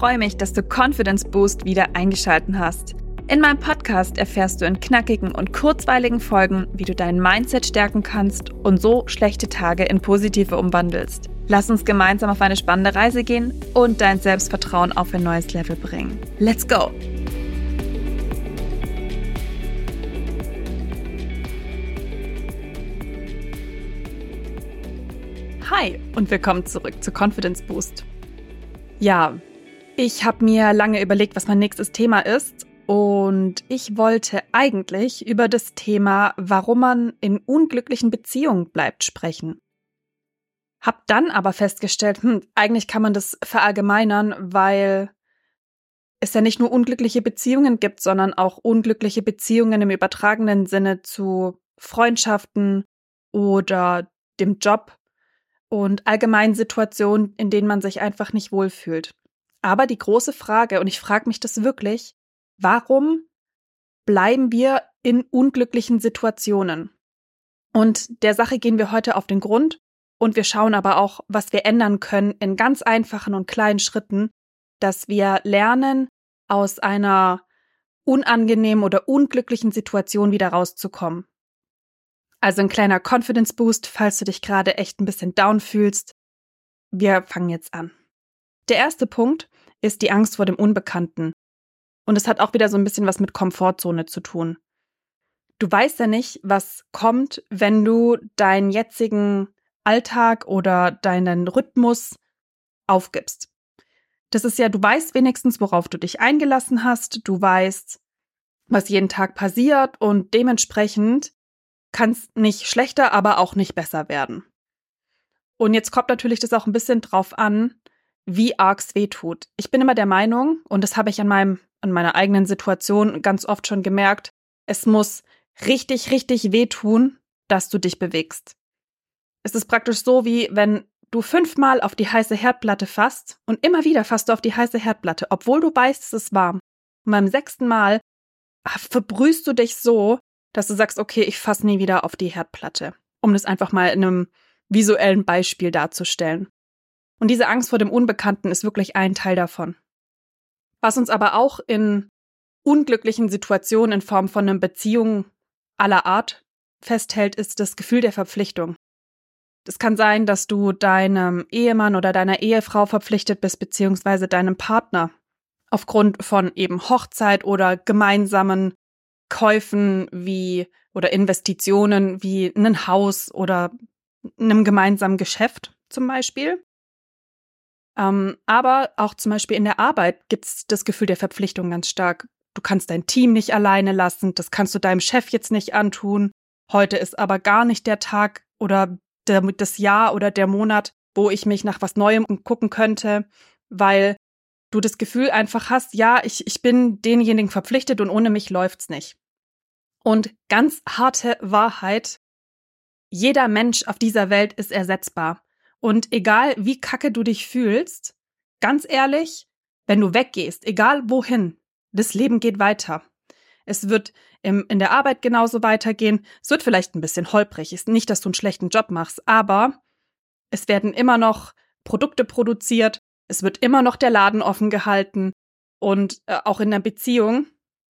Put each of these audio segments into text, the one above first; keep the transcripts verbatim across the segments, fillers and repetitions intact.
freue mich, dass du Confidence Boost wieder eingeschaltet hast. In meinem Podcast erfährst du in knackigen und kurzweiligen Folgen, wie du dein Mindset stärken kannst und so schlechte Tage in positive umwandelst. Lass uns gemeinsam auf eine spannende Reise gehen und dein Selbstvertrauen auf ein neues Level bringen. Let's go! Hi und willkommen zurück zu Confidence Boost. Ja, ich habe mir lange überlegt, was mein nächstes Thema ist. Und ich wollte eigentlich über das Thema, warum man in unglücklichen Beziehungen bleibt, sprechen. Hab dann aber festgestellt, hm, eigentlich kann man das verallgemeinern, weil es ja nicht nur unglückliche Beziehungen gibt, sondern auch unglückliche Beziehungen im übertragenen Sinne zu Freundschaften oder dem Job und allgemeinen Situationen, in denen man sich einfach nicht wohlfühlt. Aber die große Frage, und ich frage mich das wirklich, warum bleiben wir in unglücklichen Situationen? Und der Sache gehen wir heute auf den Grund und wir schauen aber auch, was wir ändern können in ganz einfachen und kleinen Schritten, dass wir lernen, aus einer unangenehmen oder unglücklichen Situation wieder rauszukommen. Also ein kleiner Confidence Boost, falls du dich gerade echt ein bisschen down fühlst. Wir fangen jetzt an. Der erste Punkt ist die Angst vor dem Unbekannten. Und es hat auch wieder so ein bisschen was mit Komfortzone zu tun. Du weißt ja nicht, was kommt, wenn du deinen jetzigen Alltag oder deinen Rhythmus aufgibst. Das ist ja, du weißt wenigstens, worauf du dich eingelassen hast. Du weißt, was jeden Tag passiert und dementsprechend kann es nicht schlechter, aber auch nicht besser werden. Und jetzt kommt natürlich das auch ein bisschen drauf an, wie arg es weh tut. Ich bin immer der Meinung, und das habe ich an meinem, an meiner eigenen Situation ganz oft schon gemerkt, es muss richtig, richtig wehtun, dass du dich bewegst. Es ist praktisch so, wie wenn du fünfmal auf die heiße Herdplatte fasst und immer wieder fasst du auf die heiße Herdplatte, obwohl du weißt, es ist warm. Und beim sechsten Mal verbrühst du dich so, dass du sagst, okay, ich fasse nie wieder auf die Herdplatte, um das einfach mal in einem visuellen Beispiel darzustellen. Und diese Angst vor dem Unbekannten ist wirklich ein Teil davon. Was uns aber auch in unglücklichen Situationen in Form von einer Beziehung aller Art festhält, ist das Gefühl der Verpflichtung. Das kann sein, dass du deinem Ehemann oder deiner Ehefrau verpflichtet bist, beziehungsweise deinem Partner, aufgrund von eben Hochzeit oder gemeinsamen Käufen wie oder Investitionen wie ein Haus oder einem gemeinsamen Geschäft zum Beispiel. Ähm, aber auch zum Beispiel in der Arbeit gibt es das Gefühl der Verpflichtung ganz stark. Du kannst dein Team nicht alleine lassen, das kannst du deinem Chef jetzt nicht antun. Heute ist aber gar nicht der Tag oder der, das Jahr oder der Monat, wo ich mich nach was Neuem gucken könnte, weil du das Gefühl einfach hast, ja, ich, ich bin denjenigen verpflichtet und ohne mich läuft's nicht. Und ganz harte Wahrheit, jeder Mensch auf dieser Welt ist ersetzbar. Und egal, wie kacke du dich fühlst, ganz ehrlich, wenn du weggehst, egal wohin, das Leben geht weiter. Es wird im, in der Arbeit genauso weitergehen. Es wird vielleicht ein bisschen holprig. Ist nicht, dass du einen schlechten Job machst, aber es werden immer noch Produkte produziert. Es wird immer noch der Laden offen gehalten. Und äh, auch in einer Beziehung,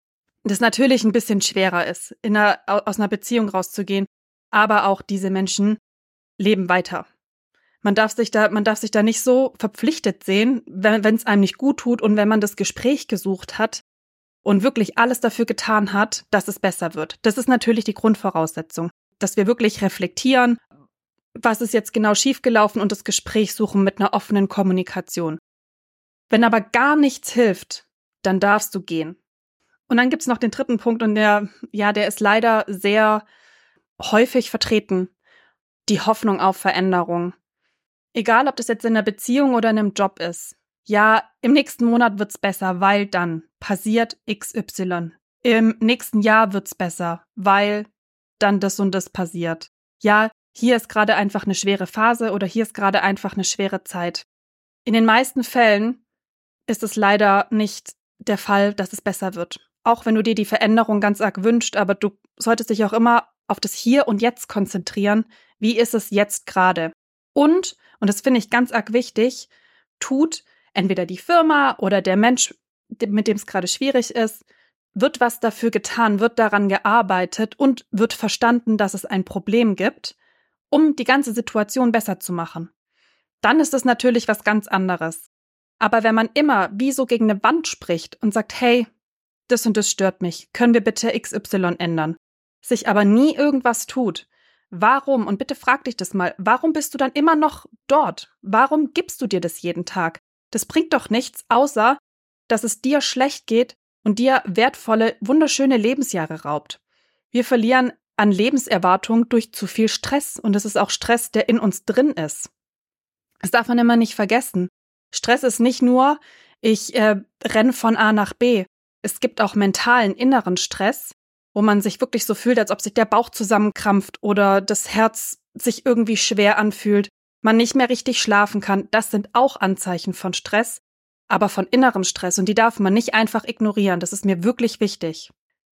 das natürlich ein bisschen schwerer ist, in einer, aus einer Beziehung rauszugehen. Aber auch diese Menschen leben weiter. Man darf sich da, man darf sich da nicht so verpflichtet sehen, wenn es einem nicht gut tut und wenn man das Gespräch gesucht hat und wirklich alles dafür getan hat, dass es besser wird. Das ist natürlich die Grundvoraussetzung, dass wir wirklich reflektieren, was ist jetzt genau schiefgelaufen und das Gespräch suchen mit einer offenen Kommunikation. Wenn aber gar nichts hilft, dann darfst du gehen. Und dann gibt's noch den dritten Punkt und der, ja, der ist leider sehr häufig vertreten. Die Hoffnung auf Veränderung. Egal, ob das jetzt in einer Beziehung oder in einem Job ist. Ja, im nächsten Monat wird's besser, weil dann passiert X Y. Im nächsten Jahr wird's besser, weil dann das und das passiert. Ja, hier ist gerade einfach eine schwere Phase oder hier ist gerade einfach eine schwere Zeit. In den meisten Fällen ist es leider nicht der Fall, dass es besser wird. Auch wenn du dir die Veränderung ganz arg wünschst, aber du solltest dich auch immer auf das Hier und Jetzt konzentrieren. Wie ist es jetzt gerade? Und, und das finde ich ganz arg wichtig, tut entweder die Firma oder der Mensch, mit dem es gerade schwierig ist, wird was dafür getan, wird daran gearbeitet und wird verstanden, dass es ein Problem gibt, um die ganze Situation besser zu machen. Dann ist es natürlich was ganz anderes. Aber wenn man immer wie so gegen eine Wand spricht und sagt, hey, das und das stört mich, können wir bitte X Y ändern, sich aber nie irgendwas tut, warum, und bitte frag dich das mal, warum bist du dann immer noch dort? Warum gibst du dir das jeden Tag? Das bringt doch nichts, außer dass es dir schlecht geht und dir wertvolle, wunderschöne Lebensjahre raubt. Wir verlieren an Lebenserwartung durch zu viel Stress und es ist auch Stress, der in uns drin ist. Das darf man immer nicht vergessen. Stress ist nicht nur, ich äh, renne von A nach B. Es gibt auch mentalen, inneren Stress, wo man sich wirklich so fühlt, als ob sich der Bauch zusammenkrampft oder das Herz sich irgendwie schwer anfühlt, man nicht mehr richtig schlafen kann. Das sind auch Anzeichen von Stress, aber von innerem Stress und die darf man nicht einfach ignorieren. Das ist mir wirklich wichtig.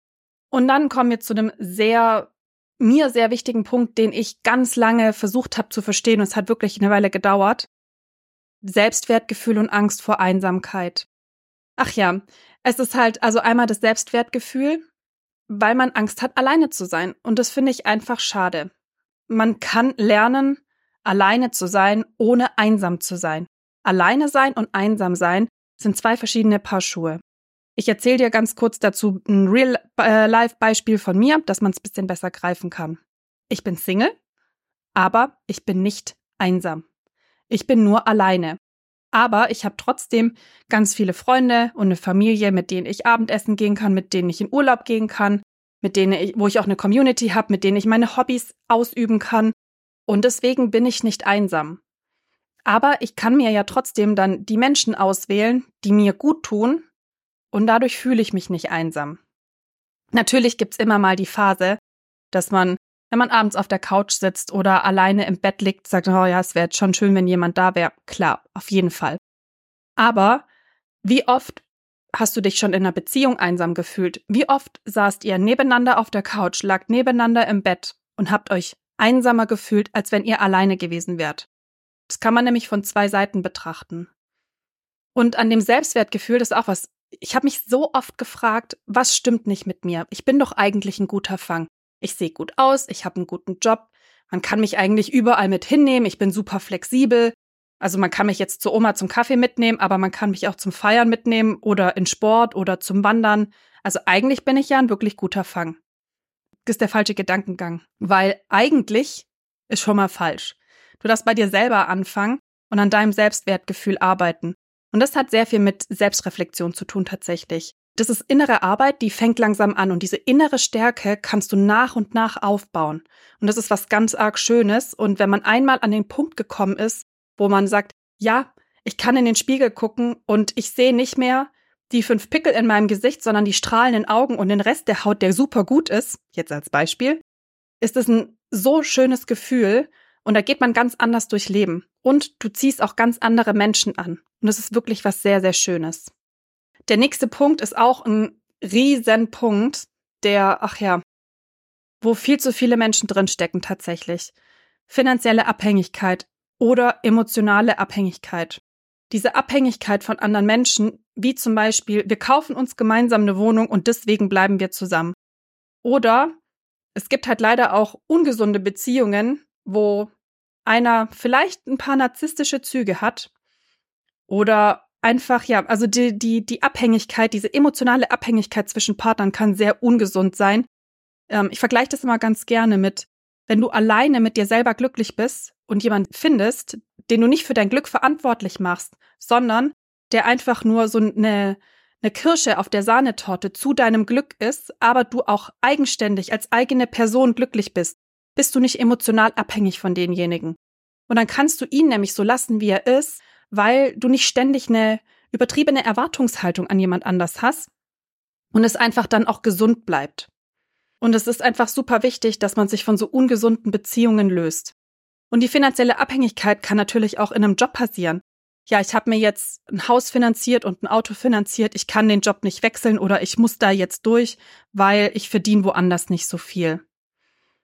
Und dann kommen wir zu einem sehr, mir sehr wichtigen Punkt, den ich ganz lange versucht habe zu verstehen und es hat wirklich eine Weile gedauert. Selbstwertgefühl und Angst vor Einsamkeit. Ach ja, es ist halt also einmal das Selbstwertgefühl, weil man Angst hat, alleine zu sein. Und das finde ich einfach schade. Man kann lernen, alleine zu sein, ohne einsam zu sein. Alleine sein und einsam sein sind zwei verschiedene Paar Schuhe. Ich erzähle dir ganz kurz dazu ein Real-Life-Beispiel von mir, dass man es ein bisschen besser greifen kann. Ich bin Single, aber ich bin nicht einsam. Ich bin nur alleine. Aber ich habe trotzdem ganz viele Freunde und eine Familie, mit denen ich Abendessen gehen kann, mit denen ich in Urlaub gehen kann, mit denen ich, wo ich auch eine Community habe, mit denen ich meine Hobbys ausüben kann. Und deswegen bin ich nicht einsam. Aber ich kann mir ja trotzdem dann die Menschen auswählen, die mir gut tun. Und dadurch fühle ich mich nicht einsam. Natürlich gibt's immer mal die Phase, dass man, wenn man abends auf der Couch sitzt oder alleine im Bett liegt, sagt, oh ja, es wäre jetzt schon schön, wenn jemand da wäre. Klar, auf jeden Fall. Aber wie oft hast du dich schon in einer Beziehung einsam gefühlt? Wie oft saßt ihr nebeneinander auf der Couch, lagt nebeneinander im Bett und habt euch einsamer gefühlt, als wenn ihr alleine gewesen wärt? Das kann man nämlich von zwei Seiten betrachten. Und an dem Selbstwertgefühl, das ist auch was, ich habe mich so oft gefragt, was stimmt nicht mit mir? Ich bin doch eigentlich ein guter Fang. Ich sehe gut aus, ich habe einen guten Job, man kann mich eigentlich überall mit hinnehmen, ich bin super flexibel. Also man kann mich jetzt zur Oma zum Kaffee mitnehmen, aber man kann mich auch zum Feiern mitnehmen oder in Sport oder zum Wandern. Also eigentlich bin ich ja ein wirklich guter Fang. Das ist der falsche Gedankengang, weil eigentlich ist schon mal falsch. Du darfst bei dir selber anfangen und an deinem Selbstwertgefühl arbeiten. Und das hat sehr viel mit Selbstreflexion zu tun tatsächlich. Das ist innere Arbeit, die fängt langsam an und diese innere Stärke kannst du nach und nach aufbauen. Und das ist was ganz arg Schönes. Und wenn man einmal an den Punkt gekommen ist, wo man sagt, ja, ich kann in den Spiegel gucken und ich sehe nicht mehr die fünf Pickel in meinem Gesicht, sondern die strahlenden Augen und den Rest der Haut, der super gut ist, jetzt als Beispiel, ist es ein so schönes Gefühl und da geht man ganz anders durchs Leben. Und du ziehst auch ganz andere Menschen an. Und das ist wirklich was sehr, sehr Schönes. Der nächste Punkt ist auch ein Riesenpunkt, der, ach ja, wo viel zu viele Menschen drinstecken tatsächlich. Finanzielle Abhängigkeit oder emotionale Abhängigkeit. Diese Abhängigkeit von anderen Menschen, wie zum Beispiel, wir kaufen uns gemeinsam eine Wohnung und deswegen bleiben wir zusammen. Oder es gibt halt leider auch ungesunde Beziehungen, wo einer vielleicht ein paar narzisstische Züge hat oder einfach, ja, also die, die, die Abhängigkeit, diese emotionale Abhängigkeit zwischen Partnern kann sehr ungesund sein. Ähm, ich vergleiche das immer ganz gerne mit, wenn du alleine mit dir selber glücklich bist und jemanden findest, den du nicht für dein Glück verantwortlich machst, sondern der einfach nur so eine, eine Kirsche auf der Sahnetorte zu deinem Glück ist, aber du auch eigenständig als eigene Person glücklich bist, bist du nicht emotional abhängig von denjenigen. Und dann kannst du ihn nämlich so lassen, wie er ist, weil du nicht ständig eine übertriebene Erwartungshaltung an jemand anders hast und es einfach dann auch gesund bleibt. Und es ist einfach super wichtig, dass man sich von so ungesunden Beziehungen löst. Und die finanzielle Abhängigkeit kann natürlich auch in einem Job passieren. Ja, ich habe mir jetzt ein Haus finanziert und ein Auto finanziert, ich kann den Job nicht wechseln oder ich muss da jetzt durch, weil ich verdiene woanders nicht so viel.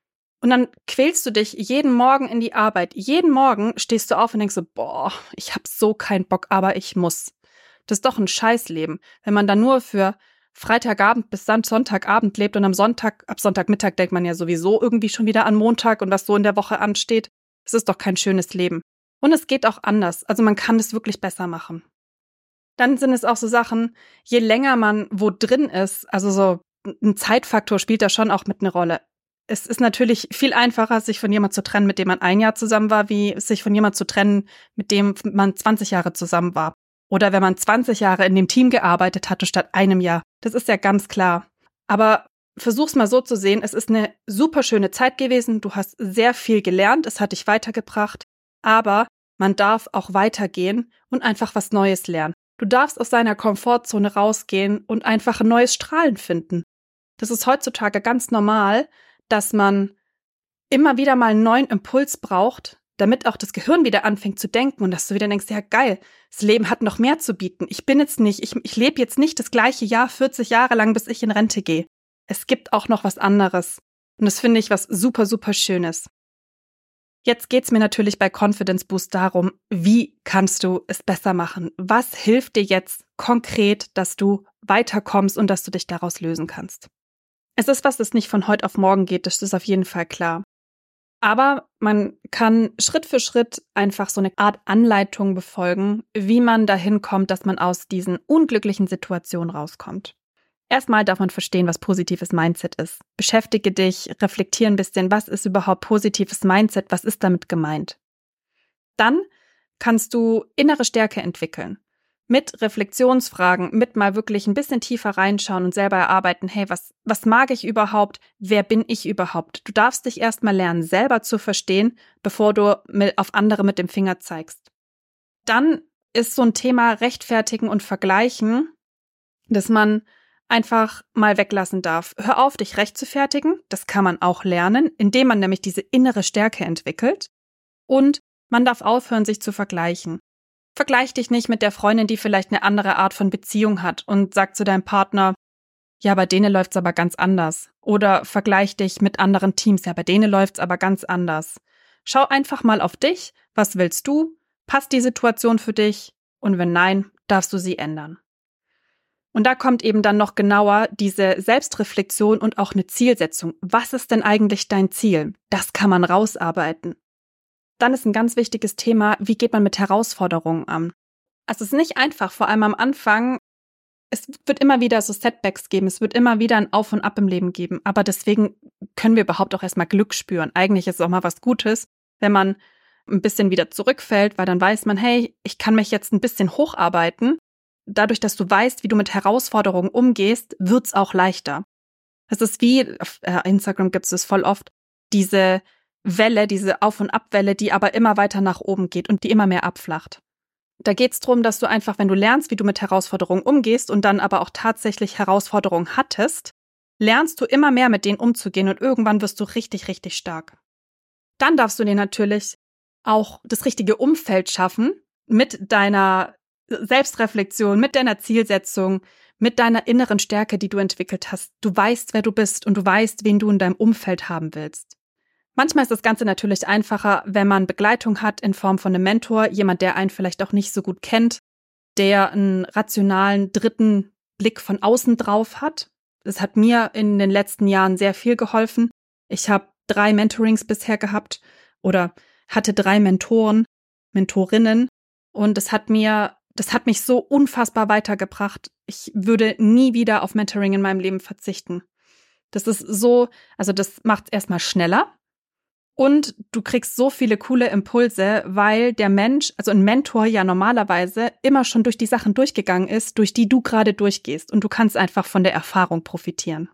Und dann quälst du dich jeden Morgen in die Arbeit. Jeden Morgen stehst du auf und denkst so, boah, ich hab so keinen Bock, aber ich muss. Das ist doch ein Scheißleben, wenn man dann nur für Freitagabend bis Sonntagabend lebt und am Sonntag, ab Sonntagmittag denkt man ja sowieso irgendwie schon wieder an Montag und was so in der Woche ansteht. Das ist doch kein schönes Leben. Und es geht auch anders. Also man kann es wirklich besser machen. Dann sind es auch so Sachen, je länger man wo drin ist, also so ein Zeitfaktor spielt da schon auch mit eine Rolle. Es ist natürlich viel einfacher, sich von jemandem zu trennen, mit dem man ein Jahr zusammen war, wie sich von jemandem zu trennen, mit dem man zwanzig Jahre zusammen war. Oder wenn man zwanzig Jahre in dem Team gearbeitet hatte statt einem Jahr. Das ist ja ganz klar. Aber versuch's mal so zu sehen, es ist eine super schöne Zeit gewesen. Du hast sehr viel gelernt, es hat dich weitergebracht. Aber man darf auch weitergehen und einfach was Neues lernen. Du darfst aus deiner Komfortzone rausgehen und einfach ein neues Strahlen finden. Das ist heutzutage ganz normal, dass man immer wieder mal einen neuen Impuls braucht, damit auch das Gehirn wieder anfängt zu denken und dass du wieder denkst, ja geil, das Leben hat noch mehr zu bieten. Ich bin jetzt nicht, ich, ich lebe jetzt nicht das gleiche Jahr vierzig Jahre lang, bis ich in Rente gehe. Es gibt auch noch was anderes. Und das finde ich was super, super Schönes. Jetzt geht's mir natürlich bei Confidence Boost darum, wie kannst du es besser machen? Was hilft dir jetzt konkret, dass du weiterkommst und dass du dich daraus lösen kannst? Es ist was, das nicht von heute auf morgen geht, das ist auf jeden Fall klar. Aber man kann Schritt für Schritt einfach so eine Art Anleitung befolgen, wie man dahin kommt, dass man aus diesen unglücklichen Situationen rauskommt. Erstmal darf man verstehen, was positives Mindset ist. Beschäftige dich, reflektiere ein bisschen, was ist überhaupt positives Mindset, was ist damit gemeint. Dann kannst du innere Stärke entwickeln. Mit Reflexionsfragen, mit mal wirklich ein bisschen tiefer reinschauen und selber erarbeiten, hey, was, was mag ich überhaupt? Wer bin ich überhaupt? Du darfst dich erstmal lernen, selber zu verstehen, bevor du mit, auf andere mit dem Finger zeigst. Dann ist so ein Thema Rechtfertigen und Vergleichen, dass man einfach mal weglassen darf. Hör auf, dich rechtfertigen. Das kann man auch lernen, indem man nämlich diese innere Stärke entwickelt. Und man darf aufhören, sich zu vergleichen. Vergleich dich nicht mit der Freundin, die vielleicht eine andere Art von Beziehung hat und sag zu deinem Partner, ja, bei denen läuft's aber ganz anders. Oder vergleich dich mit anderen Teams, ja, bei denen läuft's aber ganz anders. Schau einfach mal auf dich, was willst du? Passt die Situation für dich? Und wenn nein, darfst du sie ändern. Und da kommt eben dann noch genauer diese Selbstreflexion und auch eine Zielsetzung. Was ist denn eigentlich dein Ziel? Das kann man rausarbeiten. Dann ist ein ganz wichtiges Thema, wie geht man mit Herausforderungen an? Also es ist nicht einfach, vor allem am Anfang. Es wird immer wieder so Setbacks geben, es wird immer wieder ein Auf und Ab im Leben geben. Aber deswegen können wir überhaupt auch erstmal Glück spüren. Eigentlich ist es auch mal was Gutes, wenn man ein bisschen wieder zurückfällt, weil dann weiß man, hey, ich kann mich jetzt ein bisschen hocharbeiten. Dadurch, dass du weißt, wie du mit Herausforderungen umgehst, wird's auch leichter. Es ist wie, auf Instagram gibt es das voll oft, diese Welle, diese Auf- und Abwelle, die aber immer weiter nach oben geht und die immer mehr abflacht. Da geht's drum, dass du einfach, wenn du lernst, wie du mit Herausforderungen umgehst und dann aber auch tatsächlich Herausforderungen hattest, lernst du immer mehr mit denen umzugehen und irgendwann wirst du richtig, richtig stark. Dann darfst du dir natürlich auch das richtige Umfeld schaffen mit deiner Selbstreflexion, mit deiner Zielsetzung, mit deiner inneren Stärke, die du entwickelt hast. Du weißt, wer du bist und du weißt, wen du in deinem Umfeld haben willst. Manchmal ist das Ganze natürlich einfacher, wenn man Begleitung hat in Form von einem Mentor, jemand, der einen vielleicht auch nicht so gut kennt, der einen rationalen dritten Blick von außen drauf hat. Das hat mir in den letzten Jahren sehr viel geholfen. Ich habe drei Mentorings bisher gehabt oder hatte drei Mentoren, Mentorinnen und das hat mir, das hat mich so unfassbar weitergebracht. Ich würde nie wieder auf Mentoring in meinem Leben verzichten. Das ist so, also das macht es erstmal schneller. Und du kriegst so viele coole Impulse, weil der Mensch, also ein Mentor ja normalerweise immer schon durch die Sachen durchgegangen ist, durch die du gerade durchgehst. Und du kannst einfach von der Erfahrung profitieren.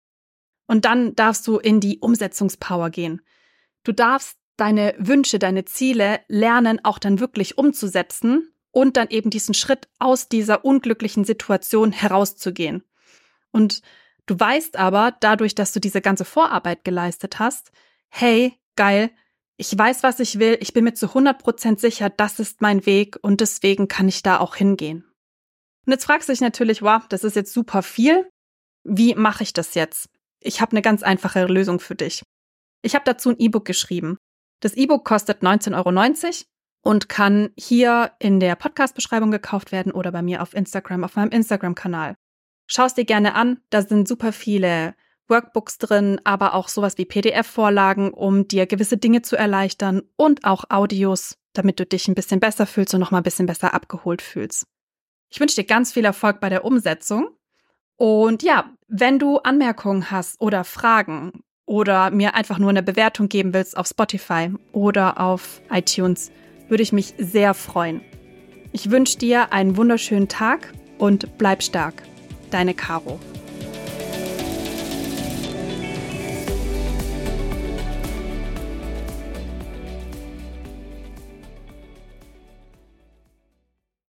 Und dann darfst du in die Umsetzungspower gehen. Du darfst deine Wünsche, deine Ziele lernen, auch dann wirklich umzusetzen und dann eben diesen Schritt aus dieser unglücklichen Situation herauszugehen. Und du weißt aber, dadurch, dass du diese ganze Vorarbeit geleistet hast, hey, geil, ich weiß, was ich will, ich bin mir zu hundert Prozent sicher, das ist mein Weg und deswegen kann ich da auch hingehen. Und jetzt fragst du dich natürlich, wow, das ist jetzt super viel, wie mache ich das jetzt? Ich habe eine ganz einfache Lösung für dich. Ich habe dazu ein E-Book geschrieben. Das E-Book kostet neunzehn Euro neunzig und kann hier in der Podcast-Beschreibung gekauft werden oder bei mir auf Instagram, auf meinem Instagram-Kanal. Schau es dir gerne an, da sind super viele Workbooks drin, aber auch sowas wie P D F-Vorlagen, um dir gewisse Dinge zu erleichtern und auch Audios, damit du dich ein bisschen besser fühlst und noch mal ein bisschen besser abgeholt fühlst. Ich wünsche dir ganz viel Erfolg bei der Umsetzung. Und ja, wenn du Anmerkungen hast oder Fragen oder mir einfach nur eine Bewertung geben willst auf Spotify oder auf iTunes, würde ich mich sehr freuen. Ich wünsche dir einen wunderschönen Tag und bleib stark. Deine Caro.